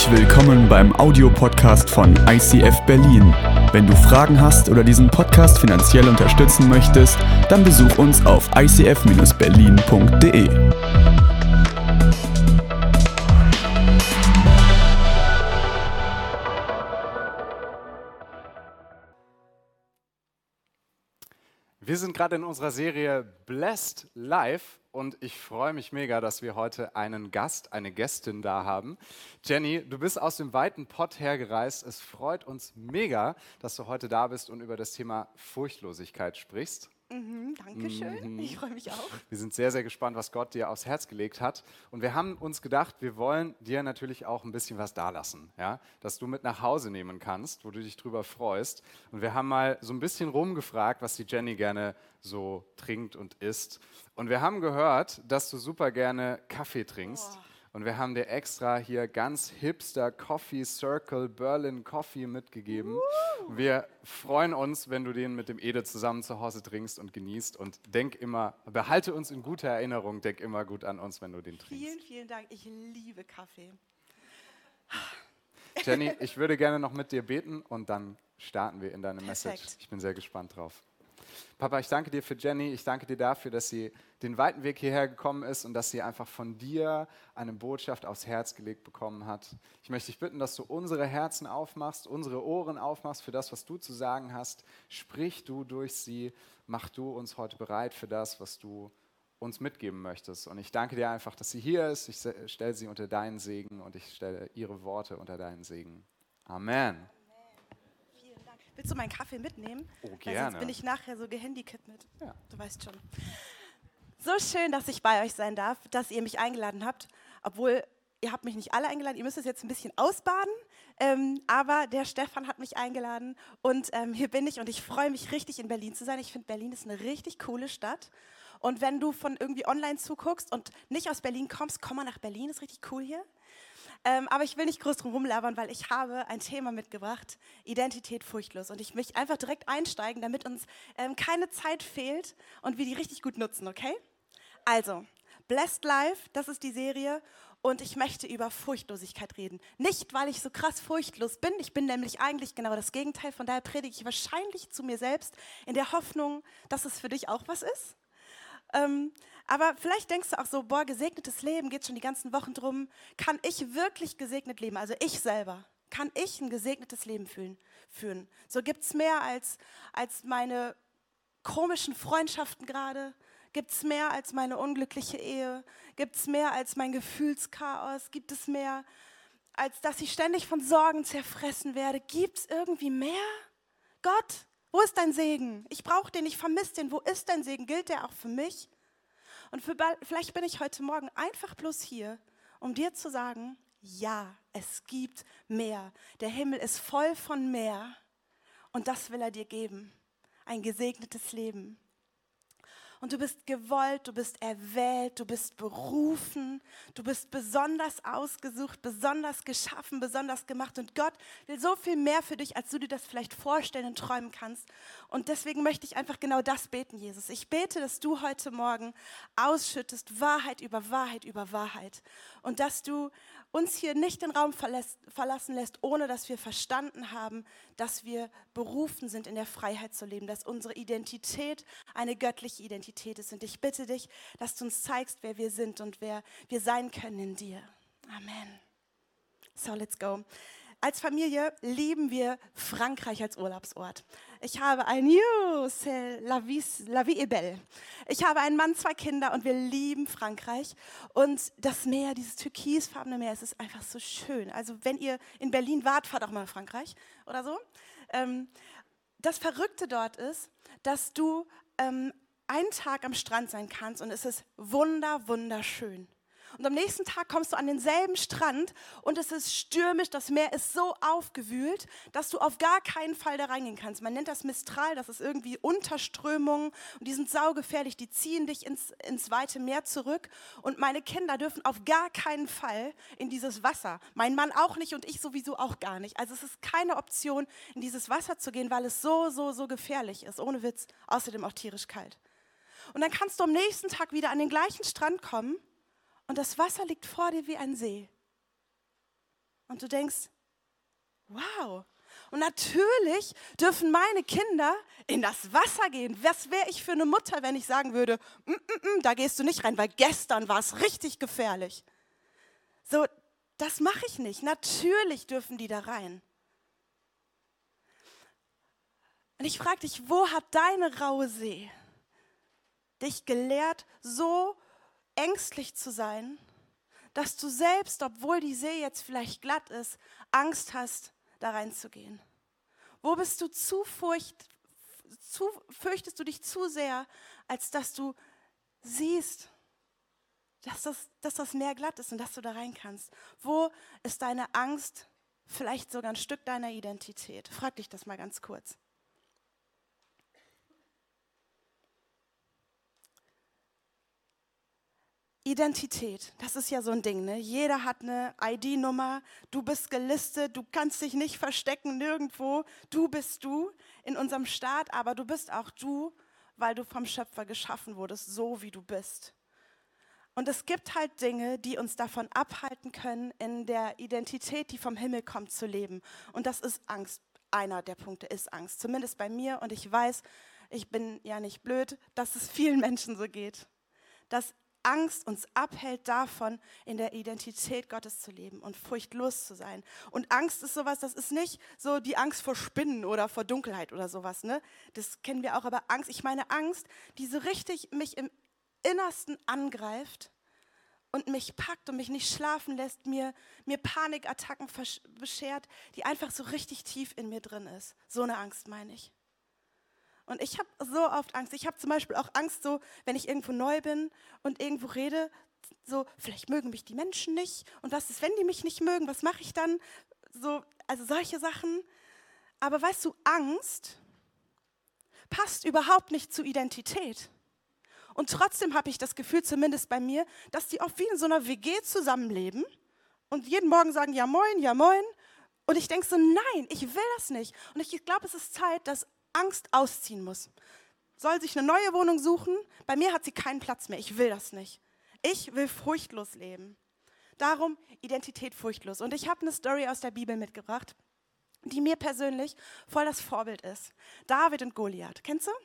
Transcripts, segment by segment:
Herzlich willkommen beim Audiopodcast von ICF Berlin. Wenn du Fragen hast oder diesen Podcast finanziell unterstützen möchtest, dann besuch uns auf icf-berlin.de. Wir sind gerade in unserer Serie Blessed Life und ich freue mich mega, dass wir heute einen Gast, eine Gästin da haben. Jenny, du bist aus dem weiten Pott hergereist. Es freut uns mega, dass du heute da bist und über das Thema Furchtlosigkeit sprichst. Dankeschön, ich freue mich auch. Wir sind sehr, sehr gespannt, was Gott dir aufs Herz gelegt hat. Und wir haben uns gedacht, wir wollen dir natürlich auch ein bisschen was dalassen, ja? Dass du mit nach Hause nehmen kannst, wo du dich drüber freust. Und wir haben mal so ein bisschen rumgefragt, was die Jenny gerne so trinkt und isst. Und wir haben gehört, dass du super gerne Kaffee trinkst. Oh. Und wir haben dir extra hier ganz hipster Coffee Circle Berlin Coffee mitgegeben. Wir freuen uns, wenn du den mit dem Ede zusammen zu Hause trinkst und genießt. Und behalte uns in guter Erinnerung, denk immer gut an uns, wenn du den trinkst. Vielen, vielen Dank. Ich liebe Kaffee. Jenny, ich würde gerne noch mit dir beten und dann starten wir in deine Perfekt. Message. Ich bin sehr gespannt drauf. Papa, ich danke dir für Jenny, ich danke dir dafür, dass sie den weiten Weg hierher gekommen ist und dass sie einfach von dir eine Botschaft aufs Herz gelegt bekommen hat. Ich möchte dich bitten, dass du unsere Herzen aufmachst, unsere Ohren aufmachst für das, was du zu sagen hast. Sprich du durch sie, mach du uns heute bereit für das, was du uns mitgeben möchtest. Und ich danke dir einfach, dass sie hier ist. Ich stelle sie unter deinen Segen und ich stelle ihre Worte unter deinen Segen. Amen. Vielen Dank. Willst du meinen Kaffee mitnehmen? Oh, Weil gerne. sonst bin ich nachher so gehandicapt mit. Ja. Du weißt schon. So schön, dass ich bei euch sein darf, dass ihr mich eingeladen habt. Obwohl, ihr habt mich nicht alle eingeladen. Ihr müsst es jetzt ein bisschen ausbaden. Aber der Stefan hat mich eingeladen. Und hier bin ich und ich freue mich richtig, in Berlin zu sein. Ich finde, Berlin ist eine richtig coole Stadt. Und wenn du von irgendwie online zuguckst und nicht aus Berlin kommst, komm mal nach Berlin. Ist richtig cool hier. Aber ich will nicht groß drum rumlabern, weil ich habe ein Thema mitgebracht, Identität furchtlos. Und ich möchte einfach direkt einsteigen, damit uns keine Zeit fehlt und wir die richtig gut nutzen, okay? Also, Blessed Life, das ist die Serie und ich möchte über Furchtlosigkeit reden. Nicht, weil ich so krass furchtlos bin, ich bin nämlich eigentlich genau das Gegenteil, von daher predige ich wahrscheinlich zu mir selbst in der Hoffnung, dass es für dich auch was ist. Aber vielleicht denkst du auch so, boah, gesegnetes Leben, geht schon die ganzen Wochen drum. Kann ich wirklich gesegnet leben? Also ich selber, kann ich ein gesegnetes Leben führen? So gibt es mehr als meine komischen Freundschaften gerade? Gibt es mehr als meine unglückliche Ehe? Gibt es mehr als mein Gefühlschaos? Gibt es mehr, als dass ich ständig von Sorgen zerfressen werde? Gibt es irgendwie mehr? Gott, wo ist dein Segen? Ich brauche den, ich vermisse den. Wo ist dein Segen? Gilt der auch für mich? Und vielleicht bin ich heute Morgen einfach bloß hier, um dir zu sagen, ja, es gibt mehr. Der Himmel ist voll von mehr und das will er dir geben. Ein gesegnetes Leben. Und du bist gewollt, du bist erwählt, du bist berufen, du bist besonders ausgesucht, besonders geschaffen, besonders gemacht. Und Gott will so viel mehr für dich, als du dir das vielleicht vorstellen und träumen kannst. Und deswegen möchte ich einfach genau das beten, Jesus. Ich bete, dass du heute Morgen ausschüttest Wahrheit über Wahrheit über Wahrheit. Und dass du uns hier nicht den Raum verlassen lässt, ohne dass wir verstanden haben, dass wir berufen sind, in der Freiheit zu leben, dass unsere Identität eine göttliche Identität ist. Und ich bitte dich, dass du uns zeigst, wer wir sind und wer wir sein können in dir. Amen. So, let's go. Als Familie lieben wir Frankreich als Urlaubsort. Ich habe c'est la vie est belle. Ich habe einen Mann, 2 Kinder und wir lieben Frankreich. Und das Meer, dieses türkisfarbene Meer, es ist einfach so schön. Also wenn ihr in Berlin wart, fahrt auch mal nach Frankreich oder so. Das Verrückte dort ist, dass du einen Tag am Strand sein kannst und es ist wunderschön. Und am nächsten Tag kommst du an denselben Strand und es ist stürmisch, das Meer ist so aufgewühlt, dass du auf gar keinen Fall da reingehen kannst. Man nennt das Mistral, das ist irgendwie Unterströmungen und die sind saugefährlich, die ziehen dich ins weite Meer zurück und meine Kinder dürfen auf gar keinen Fall in dieses Wasser. Mein Mann auch nicht und ich sowieso auch gar nicht. Also es ist keine Option, in dieses Wasser zu gehen, weil es so gefährlich ist, ohne Witz, außerdem auch tierisch kalt. Und dann kannst du am nächsten Tag wieder an den gleichen Strand kommen und das Wasser liegt vor dir wie ein See. Und du denkst, wow. Und natürlich dürfen meine Kinder in das Wasser gehen. Was wäre ich für eine Mutter, wenn ich sagen würde, da gehst du nicht rein, weil gestern war es richtig gefährlich. So, das mache ich nicht. Natürlich dürfen die da rein. Und ich frage dich, wo hat deine raue See dich gelehrt, so ängstlich zu sein, dass du selbst, obwohl die See jetzt vielleicht glatt ist, Angst hast, da reinzugehen? Wo bist du fürchtest du dich zu sehr, als dass du siehst, dass das Meer glatt ist und dass du da rein kannst? Wo ist deine Angst vielleicht sogar ein Stück deiner Identität? Frag dich das mal ganz kurz. Identität, das ist ja so ein Ding, ne? Jeder hat eine ID-Nummer, du bist gelistet, du kannst dich nicht verstecken nirgendwo. Du bist du in unserem Staat, aber du bist auch du, weil du vom Schöpfer geschaffen wurdest, so wie du bist. Und es gibt halt Dinge, die uns davon abhalten können, in der Identität, die vom Himmel kommt, zu leben. Und das ist Angst. Einer der Punkte ist Angst, zumindest bei mir. Und ich weiß, ich bin ja nicht blöd, dass es vielen Menschen so geht. Dass Angst uns abhält davon, in der Identität Gottes zu leben und furchtlos zu sein. Und Angst ist sowas, das ist nicht so die Angst vor Spinnen oder vor Dunkelheit oder sowas, ne? Das kennen wir auch, aber Angst, ich meine Angst, die so richtig mich im Innersten angreift und mich packt und mich nicht schlafen lässt, mir Panikattacken beschert, die einfach so richtig tief in mir drin ist. So eine Angst meine ich. Und ich habe so oft Angst. Ich habe zum Beispiel auch Angst, so, wenn ich irgendwo neu bin und irgendwo rede, so, vielleicht mögen mich die Menschen nicht. Und was ist, wenn die mich nicht mögen? Was mache ich dann? So, also solche Sachen. Aber weißt du, Angst passt überhaupt nicht zur Identität. Und trotzdem habe ich das Gefühl, zumindest bei mir, dass die oft wie in so einer WG zusammenleben und jeden Morgen sagen, ja moin, ja moin. Und ich denke so, nein, ich will das nicht. Und ich glaube, es ist Zeit, dass Angst ausziehen muss. Soll sich eine neue Wohnung suchen. Bei mir hat sie keinen Platz mehr. Ich will das nicht. Ich will furchtlos leben. Darum Identität furchtlos. Und ich habe eine Story aus der Bibel mitgebracht, die mir persönlich voll das Vorbild ist. David und Goliath. Kennst du?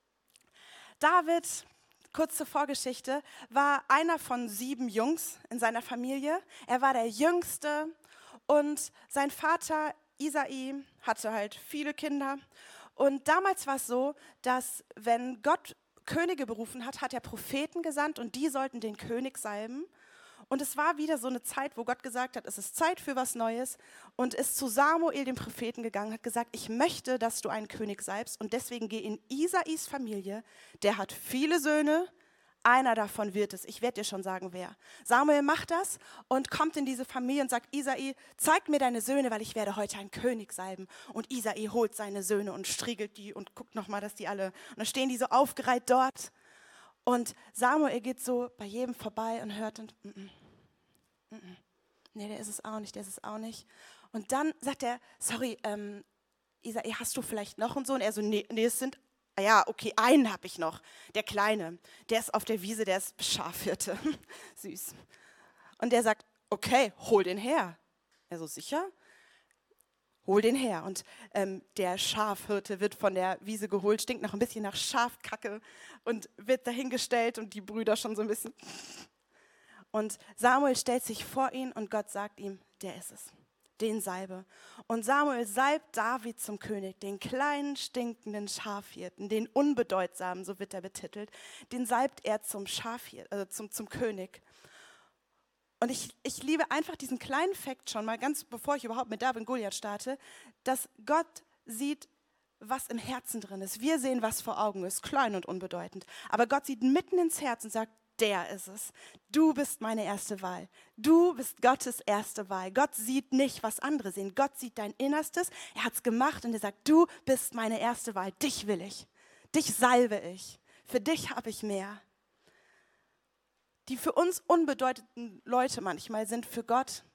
David, kurz zur Vorgeschichte, war einer von 7 Jungs in seiner Familie. Er war der Jüngste und sein Vater Isai hatte halt viele Kinder. Und damals war es so, dass wenn Gott Könige berufen hat, hat er Propheten gesandt und die sollten den König salben. Und es war wieder so eine Zeit, wo Gott gesagt hat, es ist Zeit für was Neues und ist zu Samuel, dem Propheten, gegangen, hat gesagt, ich möchte, dass du einen König salbst und deswegen geh in Isais Familie, der hat viele Söhne, einer davon wird es, ich werde dir schon sagen, wer. Samuel macht das und kommt in diese Familie und sagt, Isai, zeig mir deine Söhne, weil ich werde heute einen König salben. Und Isai holt seine Söhne und striegelt die und guckt nochmal, dass die alle, und dann stehen die so aufgereiht dort. Und Samuel geht so bei jedem vorbei und hört und, nee, der ist es auch nicht, der ist es auch nicht. Und dann sagt er, sorry, Isai, hast du vielleicht noch einen Sohn? Er so, nee, es sind, ja, okay, einen habe ich noch, der Kleine, der ist auf der Wiese, der ist Schafhirte, süß. Und der sagt, okay, hol den her. Er so, sicher? Hol den her. Und der Schafhirte wird von der Wiese geholt, stinkt noch ein bisschen nach Schafkacke und wird dahingestellt und die Brüder schon so ein bisschen. Und Samuel stellt sich vor ihn und Gott sagt ihm, der ist es, den salbe. Und Samuel salbt David zum König, den kleinen, stinkenden Schafhirten, den unbedeutsamen, so wird er betitelt, den salbt er zum zum König. Und ich liebe einfach diesen kleinen Fakt schon mal, ganz bevor ich überhaupt mit David und Goliath starte, dass Gott sieht, was im Herzen drin ist. Wir sehen, was vor Augen ist, klein und unbedeutend. Aber Gott sieht mitten ins Herz und sagt, der ist es. Du bist meine erste Wahl. Du bist Gottes erste Wahl. Gott sieht nicht, was andere sehen. Gott sieht dein Innerstes. Er hat es gemacht und er sagt, du bist meine erste Wahl. Dich will ich. Dich salbe ich. Für dich habe ich mehr. Die für uns unbedeutenden Leute manchmal sind für Gott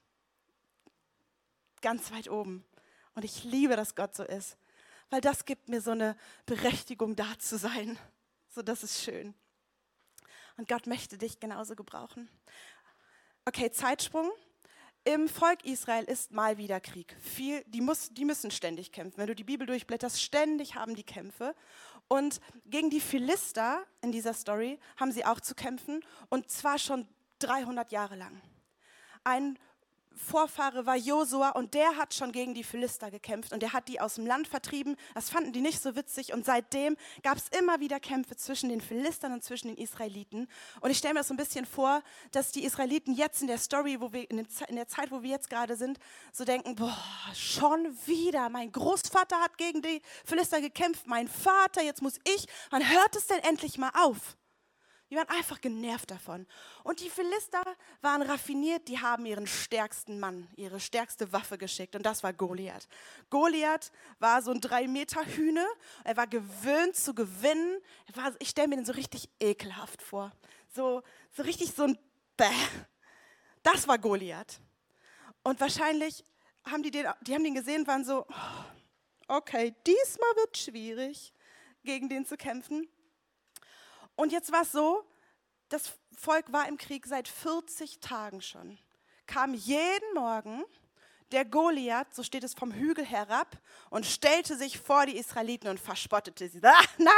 ganz weit oben. Und ich liebe, dass Gott so ist. Weil das gibt mir so eine Berechtigung, da zu sein. So, das ist schön. Und Gott möchte dich genauso gebrauchen. Okay, Zeitsprung. Im Volk Israel ist mal wieder Krieg. Die müssen ständig kämpfen. Wenn du die Bibel durchblätterst, ständig haben die Kämpfe. Und gegen die Philister in dieser Story haben sie auch zu kämpfen. Und zwar schon 300 Jahre lang. Ein Vorfahre war Josua und der hat schon gegen die Philister gekämpft und der hat die aus dem Land vertrieben. Das fanden die nicht so witzig und seitdem gab es immer wieder Kämpfe zwischen den Philistern und zwischen den Israeliten. Und ich stelle mir das so ein bisschen vor, dass die Israeliten jetzt in der Story, in der Zeit, wo wir jetzt gerade sind, so denken, boah, schon wieder, mein Großvater hat gegen die Philister gekämpft, mein Vater, jetzt muss ich, wann hört es denn endlich mal auf? Die waren einfach genervt davon. Und die Philister waren raffiniert, die haben ihren stärksten Mann, ihre stärkste Waffe geschickt und das war Goliath. Goliath war so ein 3-Meter-Hühne, er war gewöhnt zu gewinnen. Ich stelle mir den so richtig ekelhaft vor. So richtig so ein Bäh. Das war Goliath. Und wahrscheinlich haben die haben den gesehen und waren so, okay, diesmal wird es schwierig, gegen den zu kämpfen. Und jetzt war es so, das Volk war im Krieg seit 40 Tagen schon. Kam jeden Morgen der Goliath, so steht es, vom Hügel herab und stellte sich vor die Israeliten und verspottete sie. Na,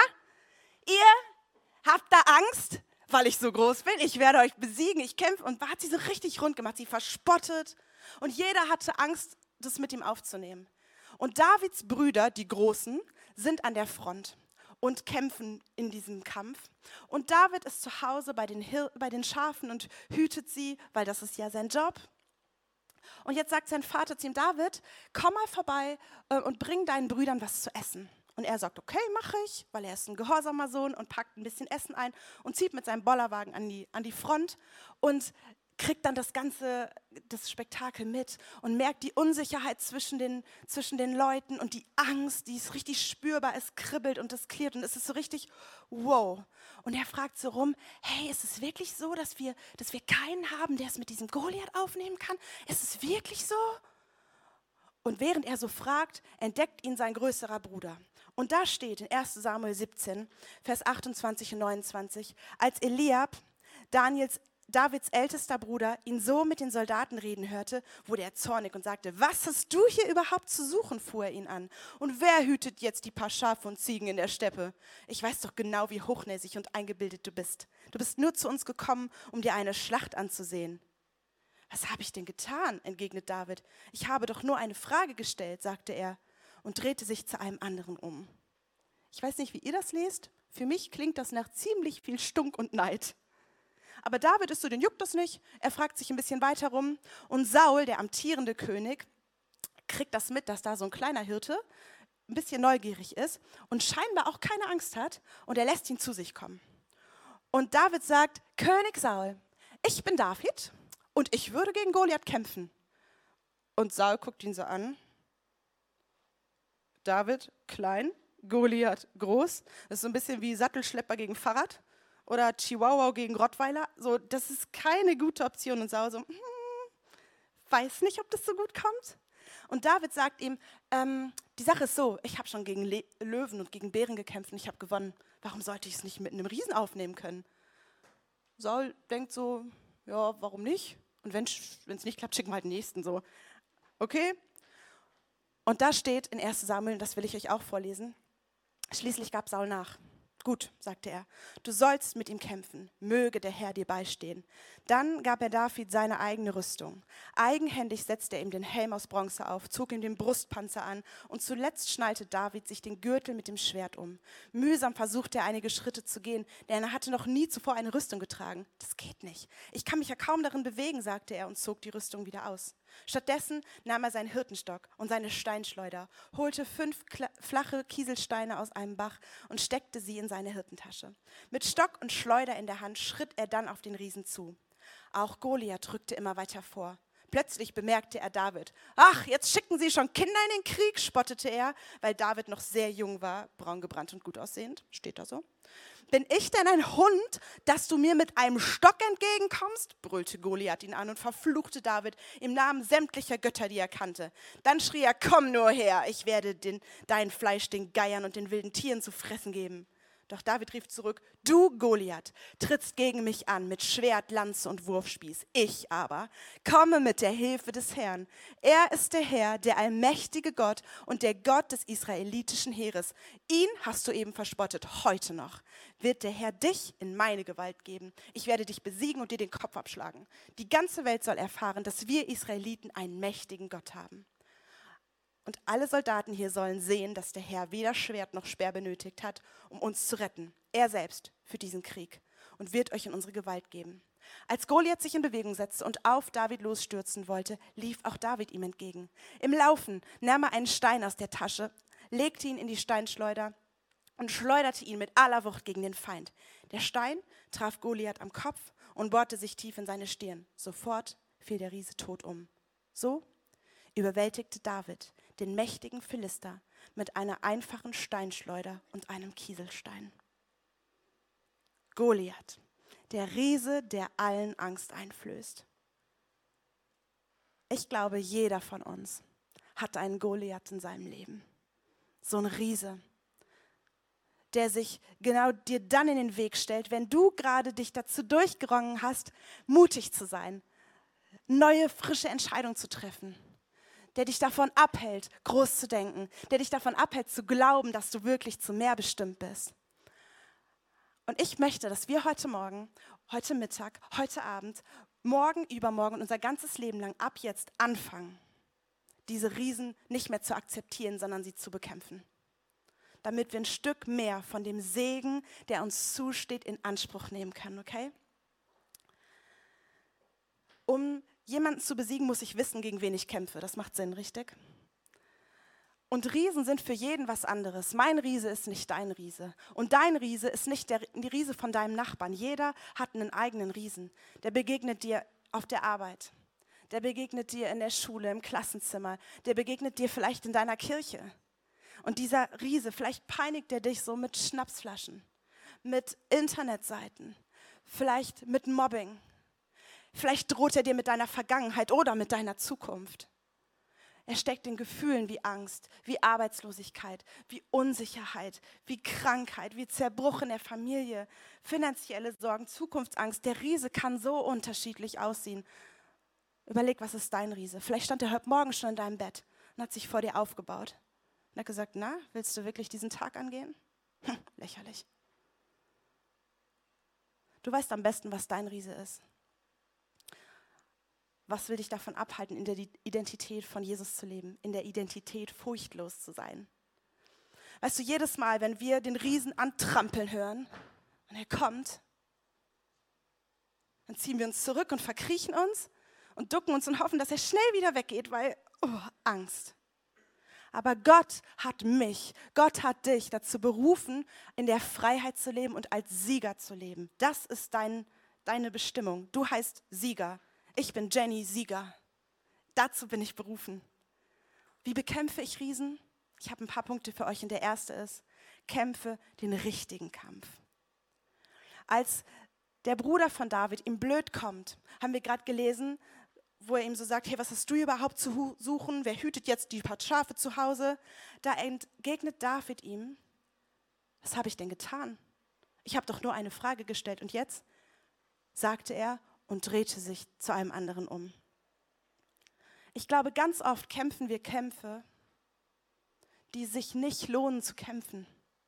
ihr habt da Angst, weil ich so groß bin, ich werde euch besiegen, ich kämpfe. Und hat sie so richtig rund gemacht, sie verspottet. Und jeder hatte Angst, das mit ihm aufzunehmen. Und Davids Brüder, die Großen, sind an der Front und kämpfen in diesem Kampf. Und David ist zu Hause bei den Schafen und hütet sie, weil das ist ja sein Job. Und jetzt sagt sein Vater zu ihm, David, komm mal vorbei und bring deinen Brüdern was zu essen. Und er sagt, okay, mache ich, weil er ist ein gehorsamer Sohn und packt ein bisschen Essen ein und zieht mit seinem Bollerwagen an die Front und kriegt dann das Spektakel mit und merkt die Unsicherheit zwischen den Leuten und die Angst, die ist richtig spürbar, es kribbelt und es klirrt und es ist so richtig wow. Und er fragt so rum, hey, ist es wirklich so, dass wir keinen haben, der es mit diesem Goliath aufnehmen kann? Ist es wirklich so? Und während er so fragt, entdeckt ihn sein größerer Bruder. Und da steht in 1. Samuel 17, Vers 28 und 29, als Eliab, Davids ältester Bruder, ihn so mit den Soldaten reden hörte, wurde er zornig und sagte, was hast du hier überhaupt zu suchen, fuhr er ihn an. Und wer hütet jetzt die paar Schafe und Ziegen in der Steppe? Ich weiß doch genau, wie hochnäsig und eingebildet du bist. Du bist nur zu uns gekommen, um dir eine Schlacht anzusehen. Was habe ich denn getan, entgegnet David. Ich habe doch nur eine Frage gestellt, sagte er und drehte sich zu einem anderen um. Ich weiß nicht, wie ihr das lest. Für mich klingt das nach ziemlich viel Stunk und Neid. Aber David ist so, den juckt das nicht. Er fragt sich ein bisschen weiter rum. Und Saul, der amtierende König, kriegt das mit, dass da so ein kleiner Hirte ein bisschen neugierig ist und scheinbar auch keine Angst hat. Und er lässt ihn zu sich kommen. Und David sagt, König Saul, ich bin David und ich würde gegen Goliath kämpfen. Und Saul guckt ihn so an. David, klein, Goliath, groß. Das ist so ein bisschen wie Sattelschlepper gegen Fahrrad. Oder Chihuahua gegen Rottweiler, so, das ist keine gute Option. Und Saul so, weiß nicht, ob das so gut kommt. Und David sagt ihm, die Sache ist so, ich habe schon gegen Löwen und gegen Bären gekämpft und ich habe gewonnen. Warum sollte ich es nicht mit einem Riesen aufnehmen können? Saul denkt so, ja, warum nicht? Und wenn es nicht klappt, schicken wir halt den nächsten so. Okay? Und da steht in 1. Samuel, das will ich euch auch vorlesen, schließlich gab Saul nach. Gut, sagte er, du sollst mit ihm kämpfen, möge der Herr dir beistehen. Dann gab er David seine eigene Rüstung. Eigenhändig setzte er ihm den Helm aus Bronze auf, zog ihm den Brustpanzer an und zuletzt schnallte David sich den Gürtel mit dem Schwert um. Mühsam versuchte er einige Schritte zu gehen, denn er hatte noch nie zuvor eine Rüstung getragen. Das geht nicht. Ich kann mich ja kaum darin bewegen, sagte er und zog die Rüstung wieder aus. Stattdessen nahm er seinen Hirtenstock und seine Steinschleuder, holte 5 flache Kieselsteine aus einem Bach und steckte sie in seine Hirtentasche. Mit Stock und Schleuder in der Hand schritt er dann auf den Riesen zu. Auch Goliath rückte immer weiter vor. Plötzlich bemerkte er David. Ach, jetzt schicken Sie schon Kinder in den Krieg, spottete er, weil David noch sehr jung war, braun gebrannt und gut aussehend, steht da so. Bin ich denn ein Hund, dass du mir mit einem Stock entgegenkommst? Brüllte Goliath ihn an und verfluchte David im Namen sämtlicher Götter, die er kannte. Dann schrie er, komm nur her, ich werde dein Fleisch den Geiern und den wilden Tieren zu fressen geben. Doch David rief zurück, du Goliath, trittst gegen mich an mit Schwert, Lanze und Wurfspieß. Ich aber komme mit der Hilfe des Herrn. Er ist der Herr, der allmächtige Gott und der Gott des israelitischen Heeres. Ihn hast du eben verspottet, heute noch wird der Herr dich in meine Gewalt geben. Ich werde dich besiegen und dir den Kopf abschlagen. Die ganze Welt soll erfahren, dass wir Israeliten einen mächtigen Gott haben. Und alle Soldaten hier sollen sehen, dass der Herr weder Schwert noch Speer benötigt hat, um uns zu retten. Er selbst führt diesen Krieg und wird euch in unsere Gewalt geben. Als Goliath sich in Bewegung setzte und auf David losstürzen wollte, lief auch David ihm entgegen. Im Laufen nahm er einen Stein aus der Tasche, legte ihn in die Steinschleuder und schleuderte ihn mit aller Wucht gegen den Feind. Der Stein traf Goliath am Kopf und bohrte sich tief in seine Stirn. Sofort fiel der Riese tot um. So überwältigte David den mächtigen Philister mit einer einfachen Steinschleuder und einem Kieselstein. Goliath, der Riese, der allen Angst einflößt. Ich glaube, jeder von uns hat einen Goliath in seinem Leben. So ein Riese, der sich genau dir dann in den Weg stellt, wenn du gerade dich dazu durchgerungen hast, mutig zu sein, neue, frische Entscheidungen zu treffen. Der dich davon abhält, groß zu denken, der dich davon abhält, zu glauben, dass du wirklich zu mehr bestimmt bist. Und ich möchte, dass wir heute Morgen, heute Mittag, heute Abend, morgen, übermorgen und unser ganzes Leben lang ab jetzt anfangen, diese Riesen nicht mehr zu akzeptieren, sondern sie zu bekämpfen. Damit wir ein Stück mehr von dem Segen, der uns zusteht, in Anspruch nehmen können, okay? Um jemanden zu besiegen, muss ich wissen, gegen wen ich kämpfe. Das macht Sinn, richtig? Und Riesen sind für jeden was anderes. Mein Riese ist nicht dein Riese. Und dein Riese ist nicht die Riese von deinem Nachbarn. Jeder hat einen eigenen Riesen. Der begegnet dir auf der Arbeit. Der begegnet dir in der Schule, im Klassenzimmer. Der begegnet dir vielleicht in deiner Kirche. Und dieser Riese, vielleicht peinigt er dich so mit Schnapsflaschen, mit Internetseiten, vielleicht mit Mobbing. Vielleicht droht er dir mit deiner Vergangenheit oder mit deiner Zukunft. Er steckt in Gefühlen wie Angst, wie Arbeitslosigkeit, wie Unsicherheit, wie Krankheit, wie Zerbruch in der Familie, finanzielle Sorgen, Zukunftsangst. Der Riese kann so unterschiedlich aussehen. Überleg, was ist dein Riese? Vielleicht stand er heute Morgen schon in deinem Bett und hat sich vor dir aufgebaut. Und hat gesagt, na, willst du wirklich diesen Tag angehen? Lächerlich. Du weißt am besten, was dein Riese ist. Was will dich davon abhalten, in der Identität von Jesus zu leben, in der Identität furchtlos zu sein? Weißt du, jedes Mal, wenn wir den Riesen antrampeln hören und er kommt, dann ziehen wir uns zurück und verkriechen uns und ducken uns und hoffen, dass er schnell wieder weggeht, weil, Angst. Aber Gott hat mich, Gott hat dich dazu berufen, in der Freiheit zu leben und als Sieger zu leben. Das ist deine Bestimmung. Du heißt Sieger. Ich bin Jenny Sieger. Dazu bin ich berufen. Wie bekämpfe ich Riesen? Ich habe ein paar Punkte für euch und der erste ist, kämpfe den richtigen Kampf. Als der Bruder von David ihm blöd kommt, haben wir gerade gelesen, wo er ihm so sagt, hey, was hast du überhaupt zu suchen? Wer hütet jetzt die paar Schafe zu Hause? Da entgegnet David ihm, was habe ich denn getan? Ich habe doch nur eine Frage gestellt und jetzt, sagte er und drehte sich zu einem anderen um. Ich glaube, ganz oft kämpfen wir Kämpfe, die sich nicht lohnen zu kämpfen.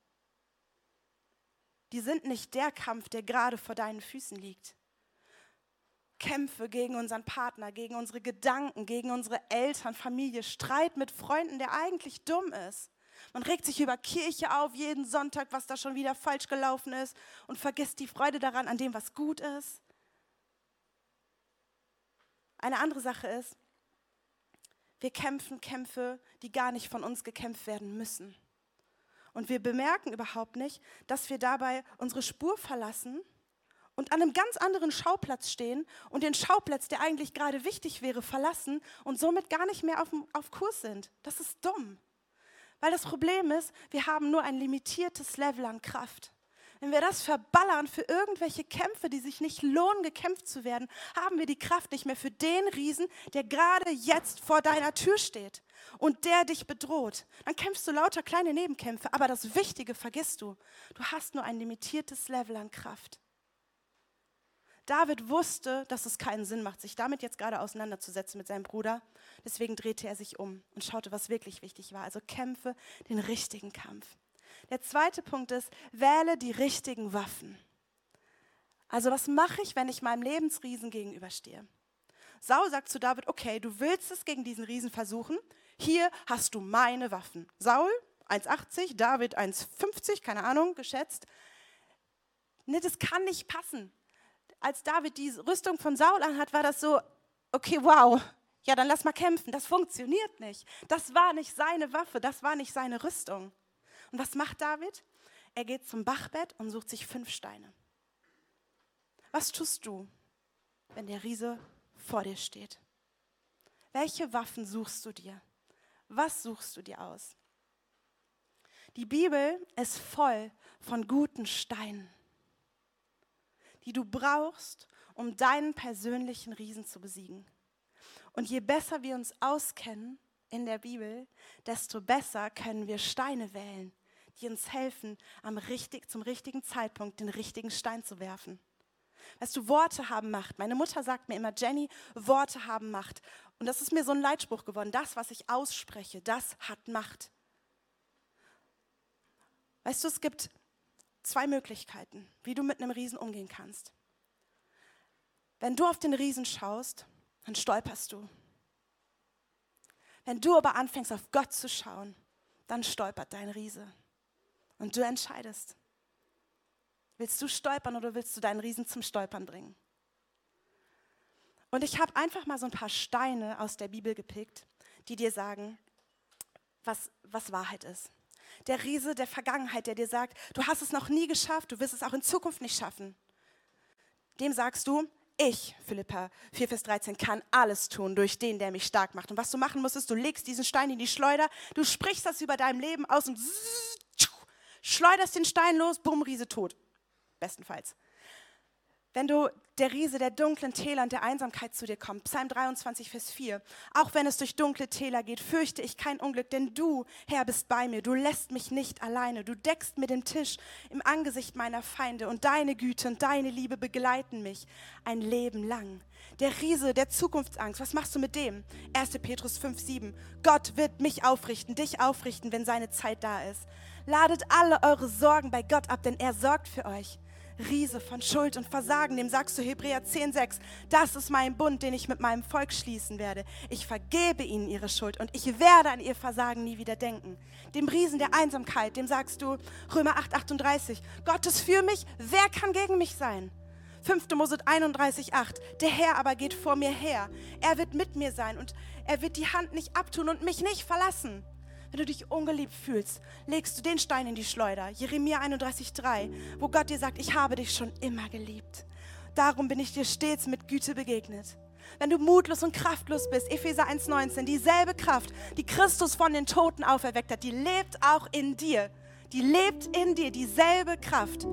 Die sind nicht der Kampf, der gerade vor deinen Füßen liegt. Kämpfe gegen unseren Partner, gegen unsere Gedanken, gegen unsere Eltern, Familie, Streit mit Freunden, der eigentlich dumm ist. Man regt sich über Kirche auf jeden Sonntag, was da schon wieder falsch gelaufen ist und vergisst die Freude daran, an dem, was gut ist. Eine andere Sache ist, wir kämpfen Kämpfe, die gar nicht von uns gekämpft werden müssen. Und wir bemerken überhaupt nicht, dass wir dabei unsere Spur verlassen und an einem ganz anderen Schauplatz stehen und den Schauplatz, der eigentlich gerade wichtig wäre, verlassen und somit gar nicht mehr auf Kurs sind. Das ist dumm. Weil das Problem ist, wir haben nur ein limitiertes Level an Kraft. Wenn wir das verballern für irgendwelche Kämpfe, die sich nicht lohnen, gekämpft zu werden, haben wir die Kraft nicht mehr für den Riesen, der gerade jetzt vor deiner Tür steht und der dich bedroht. Dann kämpfst du lauter kleine Nebenkämpfe, aber das Wichtige vergisst du. Du hast nur ein limitiertes Level an Kraft. David wusste, dass es keinen Sinn macht, sich damit jetzt gerade auseinanderzusetzen mit seinem Bruder. Deswegen drehte er sich um und schaute, was wirklich wichtig war. Also kämpfe den richtigen Kampf. Der zweite Punkt ist, wähle die richtigen Waffen. Also was mache ich, wenn ich meinem Lebensriesen gegenüberstehe? Saul sagt zu David, okay, du willst es gegen diesen Riesen versuchen, hier hast du meine Waffen. Saul, 1,80, David 1,50, keine Ahnung, geschätzt. Nee, das kann nicht passen. Als David die Rüstung von Saul anhat, war das so, okay, wow, ja, dann lass mal kämpfen. Das funktioniert nicht. Das war nicht seine Waffe, das war nicht seine Rüstung. Und was macht David? Er geht zum Bachbett und sucht sich 5 Steine. Was tust du, wenn der Riese vor dir steht? Welche Waffen suchst du dir? Was suchst du dir aus? Die Bibel ist voll von guten Steinen, die du brauchst, um deinen persönlichen Riesen zu besiegen. Und je besser wir uns auskennen in der Bibel, desto besser können wir Steine wählen, die uns helfen, zum richtigen Zeitpunkt den richtigen Stein zu werfen. Weißt du, Worte haben Macht. Meine Mutter sagt mir immer, Jenny, Worte haben Macht. Und das ist mir so ein Leitspruch geworden. Das, was ich ausspreche, das hat Macht. Weißt du, es gibt 2 Möglichkeiten, wie du mit einem Riesen umgehen kannst. Wenn du auf den Riesen schaust, dann stolperst du. Wenn du aber anfängst, auf Gott zu schauen, dann stolpert dein Riese. Und du entscheidest, willst du stolpern oder willst du deinen Riesen zum Stolpern bringen? Und ich habe einfach mal so ein paar Steine aus der Bibel gepickt, die dir sagen, was Wahrheit ist. Der Riese der Vergangenheit, der dir sagt, du hast es noch nie geschafft, du wirst es auch in Zukunft nicht schaffen. Dem sagst du, ich, Philipper 4, Vers 13, kann alles tun durch den, der mich stark macht. Und was du machen musst, ist, du legst diesen Stein in die Schleuder, du sprichst das über deinem Leben aus und schleuderst den Stein los, bumm, Riese tot. Bestenfalls. Wenn der Riese der dunklen Täler und der Einsamkeit zu dir kommt, Psalm 23, Vers 4, auch wenn es durch dunkle Täler geht, fürchte ich kein Unglück, denn du, Herr, bist bei mir, du lässt mich nicht alleine, du deckst mir den Tisch im Angesicht meiner Feinde und deine Güte und deine Liebe begleiten mich ein Leben lang. Der Riese der Zukunftsangst, was machst du mit dem? 1. Petrus 5, 7, Gott wird mich aufrichten, dich aufrichten, wenn seine Zeit da ist. Ladet alle eure Sorgen bei Gott ab, denn er sorgt für euch. Riese von Schuld und Versagen, dem sagst du Hebräer 10,6, das ist mein Bund, den ich mit meinem Volk schließen werde. Ich vergebe ihnen ihre Schuld und ich werde an ihr Versagen nie wieder denken. Dem Riesen der Einsamkeit, dem sagst du Römer 8,38, Gott ist für mich, wer kann gegen mich sein? 5. Mose 31,8, der Herr aber geht vor mir her. Er wird mit mir sein und er wird die Hand nicht abtun und mich nicht verlassen. Wenn du dich ungeliebt fühlst, legst du den Stein in die Schleuder. Jeremia 31,3, wo Gott dir sagt, ich habe dich schon immer geliebt. Darum bin ich dir stets mit Güte begegnet. Wenn du mutlos und kraftlos bist, Epheser 1,19, dieselbe Kraft, die Christus von den Toten auferweckt hat, die lebt auch in dir. Die lebt in dir, dieselbe Kraft.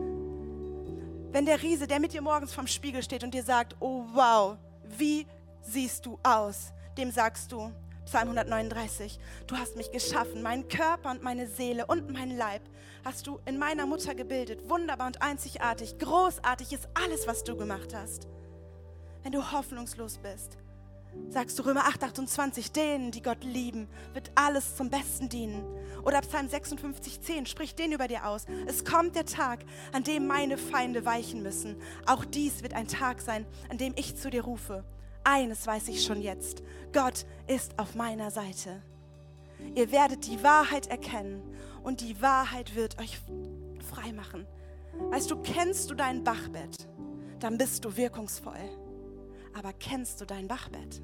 Wenn der Riese, der mit dir morgens vorm Spiegel steht und dir sagt, oh wow, wie siehst du aus, dem sagst du, Psalm 139, du hast mich geschaffen, meinen Körper und meine Seele und meinen Leib hast du in meiner Mutter gebildet. Wunderbar und einzigartig, großartig ist alles, was du gemacht hast. Wenn du hoffnungslos bist, sagst du Römer 8,28, denen, die Gott lieben, wird alles zum Besten dienen. Oder Psalm 56,10, sprich den über dir aus. Es kommt der Tag, an dem meine Feinde weichen müssen. Auch dies wird ein Tag sein, an dem ich zu dir rufe. Eines weiß ich schon jetzt, Gott ist auf meiner Seite. Ihr werdet die Wahrheit erkennen und die Wahrheit wird euch frei machen. Weißt du, kennst du dein Bachbett, dann bist du wirkungsvoll. Aber kennst du dein Bachbett?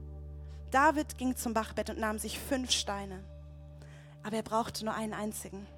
David ging zum Bachbett und nahm sich 5 Steine, aber er brauchte nur einen einzigen.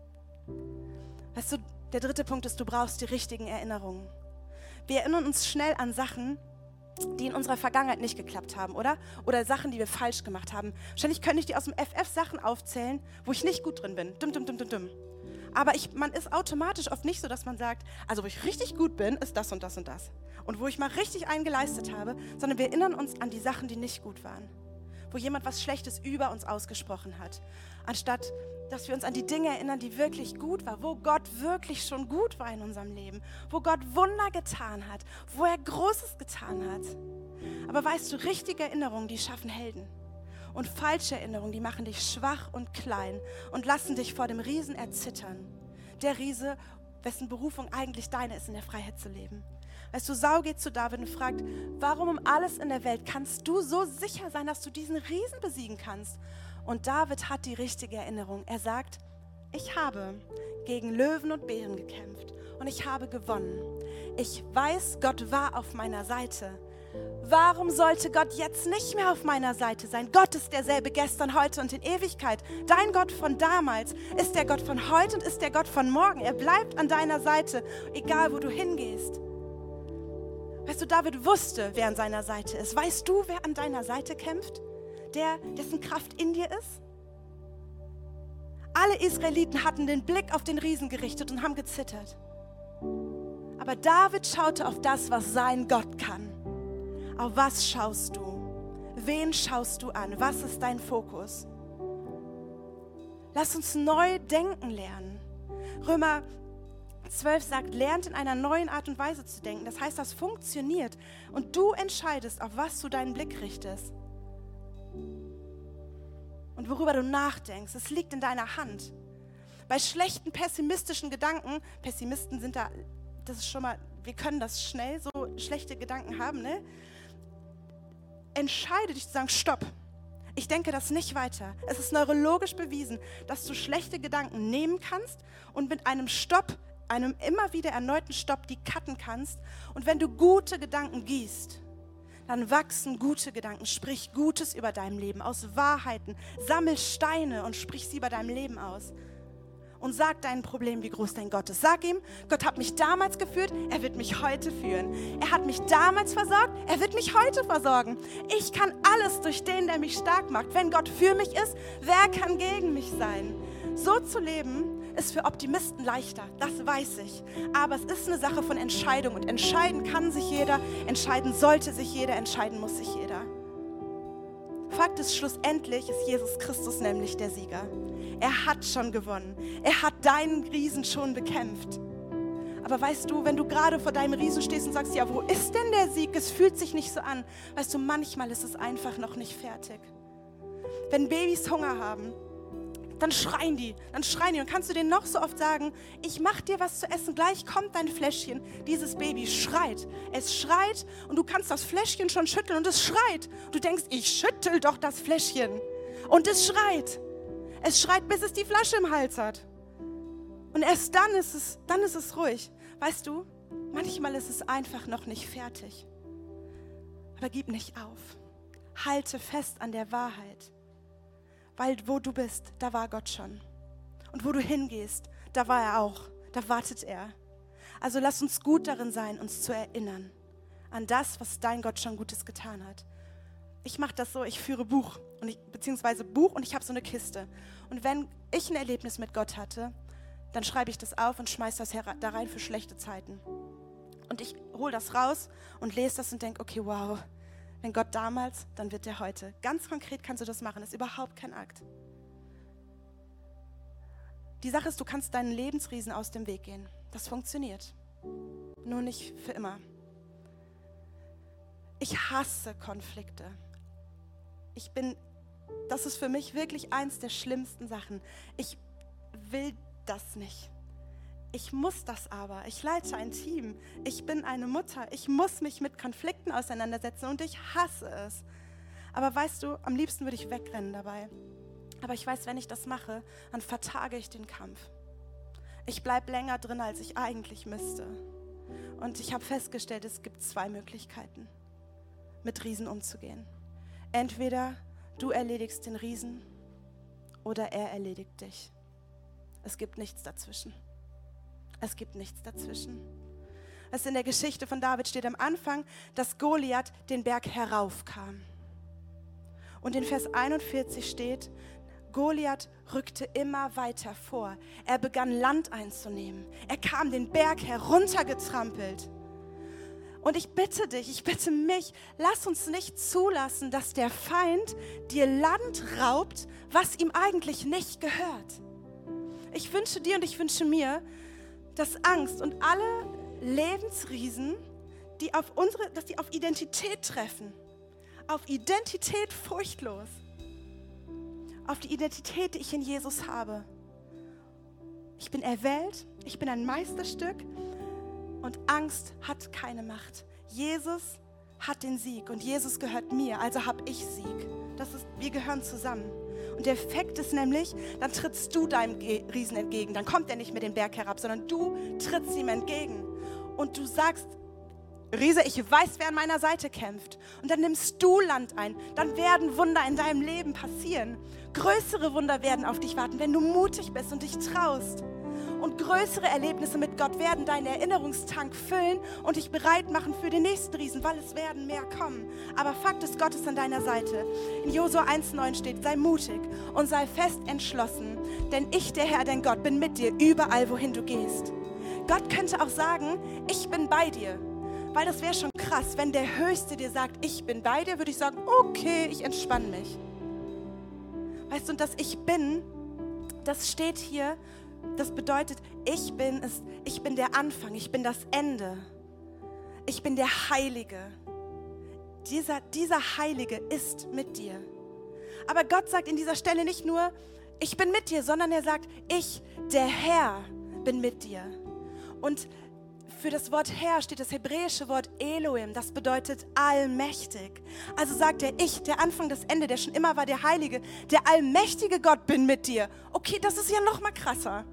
Weißt du, der 3. Punkt ist, du brauchst die richtigen Erinnerungen. Wir erinnern uns schnell an Sachen, die in unserer Vergangenheit nicht geklappt haben, oder? Oder Sachen, die wir falsch gemacht haben. Wahrscheinlich könnte ich dir aus dem FF Sachen aufzählen, wo ich nicht gut drin bin. Aber man ist automatisch oft nicht so, dass man sagt, also wo ich richtig gut bin, ist das und das und das. Und wo ich mal richtig einen geleistet habe, sondern wir erinnern uns an die Sachen, die nicht gut waren. Wo jemand was Schlechtes über uns ausgesprochen hat. Anstatt, dass wir uns an die Dinge erinnern, die wirklich gut waren. Wo Gott wirklich schon gut war in unserem Leben. Wo Gott Wunder getan hat. Wo er Großes getan hat. Aber weißt du, richtige Erinnerungen, die schaffen Helden. Und falsche Erinnerungen, die machen dich schwach und klein und lassen dich vor dem Riesen erzittern. Der Riese, wessen Berufung eigentlich deine ist, in der Freiheit zu leben. Weißt du, Saul geht zu David und fragt, warum um alles in der Welt kannst du so sicher sein, dass du diesen Riesen besiegen kannst? Und David hat die richtige Erinnerung. Er sagt, ich habe gegen Löwen und Bären gekämpft und ich habe gewonnen. Ich weiß, Gott war auf meiner Seite. Warum sollte Gott jetzt nicht mehr auf meiner Seite sein? Gott ist derselbe gestern, heute und in Ewigkeit. Dein Gott von damals ist der Gott von heute und ist der Gott von morgen. Er bleibt an deiner Seite, egal wo du hingehst. Weißt du, David wusste, wer an seiner Seite ist. Weißt du, wer an deiner Seite kämpft? Dessen Kraft in dir ist? Alle Israeliten hatten den Blick auf den Riesen gerichtet und haben gezittert. Aber David schaute auf das, was sein Gott kann. Auf was schaust du? Wen schaust du an? Was ist dein Fokus? Lass uns neu denken lernen. Römer 12 sagt, lernt in einer neuen Art und Weise zu denken. Das heißt, das funktioniert. Und du entscheidest, auf was du deinen Blick richtest. Und worüber du nachdenkst. Es liegt in deiner Hand. Bei schlechten, pessimistischen Gedanken, Pessimisten sind da, das ist schon mal, wir können das schnell, so schlechte Gedanken haben, ne? Entscheide dich zu sagen, stopp, ich denke das nicht weiter. Es ist neurologisch bewiesen, dass du schlechte Gedanken nehmen kannst und mit einem Stopp, einem immer wieder erneuten Stopp, die cutten kannst. Und wenn du gute Gedanken gießt, dann wachsen gute Gedanken. Sprich Gutes über dein Leben aus Wahrheiten. Sammel Steine und sprich sie über deinem Leben aus. Und sag dein Problem, wie groß dein Gott ist. Sag ihm, Gott hat mich damals geführt, er wird mich heute führen. Er hat mich damals versorgt, er wird mich heute versorgen. Ich kann alles durch den, der mich stark macht. Wenn Gott für mich ist, wer kann gegen mich sein? So zu leben ist für Optimisten leichter, das weiß ich. Aber es ist eine Sache von Entscheidung. Und entscheiden kann sich jeder, entscheiden sollte sich jeder, entscheiden muss sich jeder. Fakt ist, schlussendlich ist Jesus Christus nämlich der Sieger. Er hat schon gewonnen. Er hat deinen Riesen schon bekämpft. Aber weißt du, wenn du gerade vor deinem Riesen stehst und sagst, ja, wo ist denn der Sieg? Es fühlt sich nicht so an. Weißt du, manchmal ist es einfach noch nicht fertig. Wenn Babys Hunger haben, dann schreien die. Und kannst du denen noch so oft sagen, ich mach dir was zu essen, gleich kommt dein Fläschchen. Dieses Baby schreit. Es schreit und du kannst das Fläschchen schon schütteln und es schreit. Du denkst, ich schüttel doch das Fläschchen. Und es schreit. Es schreit, bis es die Flasche im Hals hat. Und erst dann ist es ruhig. Weißt du, manchmal ist es einfach noch nicht fertig. Aber gib nicht auf. Halte fest an der Wahrheit. Weil wo du bist, da war Gott schon. Und wo du hingehst, da war er auch. Da wartet er. Also lass uns gut darin sein, uns zu erinnern an das, was dein Gott schon Gutes getan hat. Ich mache das so, ich führe Buch und ich habe so eine Kiste. Und wenn ich ein Erlebnis mit Gott hatte, dann schreibe ich das auf und schmeiße das da rein für schlechte Zeiten. Und ich hole das raus und lese das und denke, okay, wow, wenn Gott damals, dann wird er heute. Ganz konkret kannst du das machen, das ist überhaupt kein Akt. Die Sache ist, du kannst deinen Lebensriesen aus dem Weg gehen. Das funktioniert. Nur nicht für immer. Ich hasse Konflikte. Das ist für mich wirklich eins der schlimmsten Sachen. Ich will das nicht. Ich muss das aber. Ich leite ein Team. Ich bin eine Mutter. Ich muss mich mit Konflikten auseinandersetzen und ich hasse es. Aber weißt du, am liebsten würde ich wegrennen dabei. Aber ich weiß, wenn ich das mache, dann vertage ich den Kampf. Ich bleibe länger drin, als ich eigentlich müsste. Und ich habe festgestellt, es gibt 2 Möglichkeiten, mit Riesen umzugehen. Entweder du erledigst den Riesen oder er erledigt dich. Es gibt nichts dazwischen. Es gibt nichts dazwischen. Was in der Geschichte von David steht am Anfang, dass Goliath den Berg heraufkam. Und in Vers 41 steht, Goliath rückte immer weiter vor. Er begann Land einzunehmen. Er kam den Berg heruntergetrampelt. Und ich bitte dich, ich bitte mich, lass uns nicht zulassen, dass der Feind dir Land raubt, was ihm eigentlich nicht gehört. Ich wünsche dir und ich wünsche mir, dass Angst und alle Lebensriesen, dass die auf Identität treffen, auf Identität furchtlos, auf die Identität, die ich in Jesus habe. Ich bin erwählt, ich bin ein Meisterstück und Angst hat keine Macht. Jesus hat den Sieg und Jesus gehört mir, also habe ich Sieg. Wir gehören zusammen. Und der Effekt ist nämlich, dann trittst du deinem Riesen entgegen. Dann kommt er nicht mit den Berg herab, sondern du trittst ihm entgegen. Und du sagst, Riese, ich weiß, wer an meiner Seite kämpft. Und dann nimmst du Land ein. Dann werden Wunder in deinem Leben passieren. Größere Wunder werden auf dich warten, wenn du mutig bist und dich traust. Und größere Erlebnisse mit Gott werden deinen Erinnerungstank füllen und dich bereit machen für den nächsten Riesen, weil es werden mehr kommen. Aber Fakt ist, Gott ist an deiner Seite. In Josua 1,9 steht, sei mutig und sei fest entschlossen, denn ich, der Herr, dein Gott, bin mit dir überall, wohin du gehst. Gott könnte auch sagen, ich bin bei dir. Weil das wäre schon krass, wenn der Höchste dir sagt, ich bin bei dir, würde ich sagen, okay, ich entspanne mich. Weißt du, und das Ich bin, das steht hier, das bedeutet, ich bin der Anfang, ich bin das Ende. Ich bin der Heilige. Dieser Heilige ist mit dir. Aber Gott sagt in dieser Stelle nicht nur, ich bin mit dir, sondern er sagt, ich, der Herr, bin mit dir. Und für das Wort Herr steht das hebräische Wort Elohim, das bedeutet allmächtig. Also sagt er, ich, der Anfang, das Ende, der schon immer war, der Heilige, der allmächtige Gott, bin mit dir. Okay, das ist ja noch mal krasser.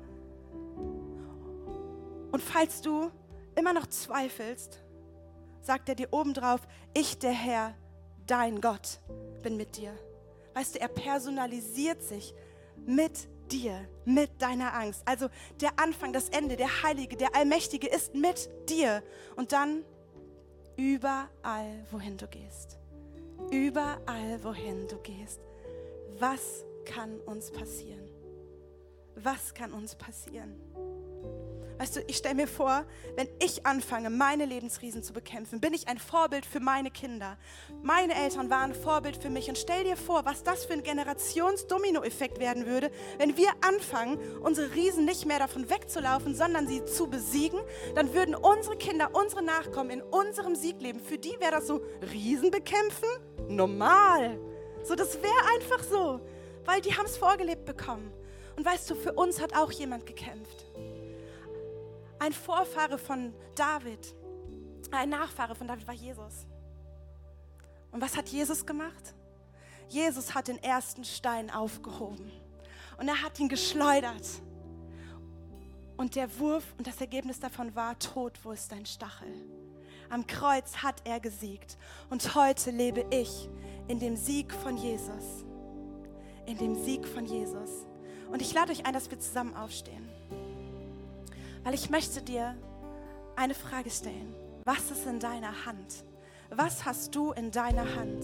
Und falls du immer noch zweifelst, sagt er dir obendrauf, ich, der Herr, dein Gott, bin mit dir. Weißt du, er personalisiert sich mit dir, mit deiner Angst. Also der Anfang, das Ende, der Heilige, der Allmächtige ist mit dir. Und dann überall, wohin du gehst. Überall, wohin du gehst. Was kann uns passieren? Was kann uns passieren? Weißt du, ich stelle mir vor, wenn ich anfange, meine Lebensriesen zu bekämpfen, bin ich ein Vorbild für meine Kinder. Meine Eltern waren ein Vorbild für mich. Und stell dir vor, was das für ein Generations-Domino-Effekt werden würde, wenn wir anfangen, unsere Riesen nicht mehr davon wegzulaufen, sondern sie zu besiegen. Dann würden unsere Kinder, unsere Nachkommen in unserem Sieg leben. Für die wäre das so, Riesen bekämpfen? Normal. So, das wäre einfach so, weil die haben es vorgelebt bekommen. Und weißt du, für uns hat auch jemand gekämpft. Ein Vorfahre von David, ein Nachfahre von David war Jesus. Und was hat Jesus gemacht? Jesus hat den ersten Stein aufgehoben und er hat ihn geschleudert. Und der Wurf und das Ergebnis davon war, Tod, wo ist dein Stachel? Am Kreuz hat er gesiegt und heute lebe ich in dem Sieg von Jesus. In dem Sieg von Jesus. Und ich lade euch ein, dass wir zusammen aufstehen. Weil ich möchte dir eine Frage stellen. Was ist in deiner Hand? Was hast du in deiner Hand?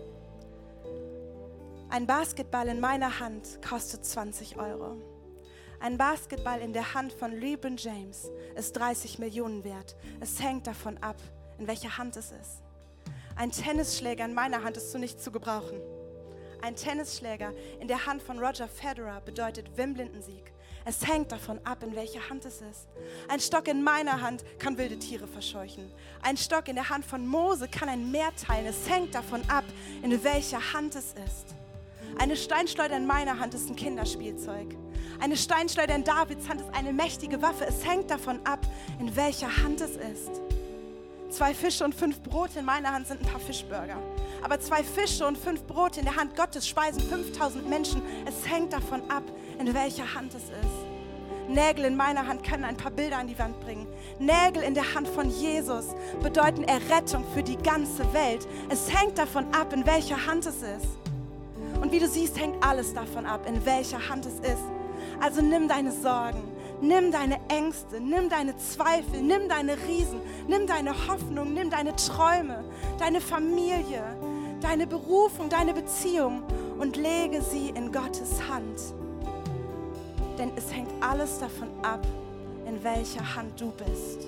Ein Basketball in meiner Hand kostet 20 €. Ein Basketball in der Hand von LeBron James ist 30 Millionen wert. Es hängt davon ab, in welcher Hand es ist. Ein Tennisschläger in meiner Hand ist zu nichts zu gebrauchen. Ein Tennisschläger in der Hand von Roger Federer bedeutet Wimbledon-Sieg. Es hängt davon ab, in welcher Hand es ist. Ein Stock in meiner Hand kann wilde Tiere verscheuchen. Ein Stock in der Hand von Mose kann ein Meer teilen. Es hängt davon ab, in welcher Hand es ist. Eine Steinschleuder in meiner Hand ist ein Kinderspielzeug. Eine Steinschleuder in Davids Hand ist eine mächtige Waffe. Es hängt davon ab, in welcher Hand es ist. 2 Fische und 5 Brote in meiner Hand sind ein paar Fischburger. Aber 2 Fische und 5 Brote in der Hand Gottes speisen 5000 Menschen. Es hängt davon ab, in welcher Hand es ist. Nägel in meiner Hand können ein paar Bilder an die Wand bringen. Nägel in der Hand von Jesus bedeuten Errettung für die ganze Welt. Es hängt davon ab, in welcher Hand es ist. Und wie du siehst, hängt alles davon ab, in welcher Hand es ist. Also nimm deine Sorgen, nimm deine Ängste, nimm deine Zweifel, nimm deine Riesen, nimm deine Hoffnung, nimm deine Träume, deine Familie, deine Berufung, deine Beziehung und lege sie in Gottes Hand. Denn es hängt alles davon ab, in welcher Hand du bist.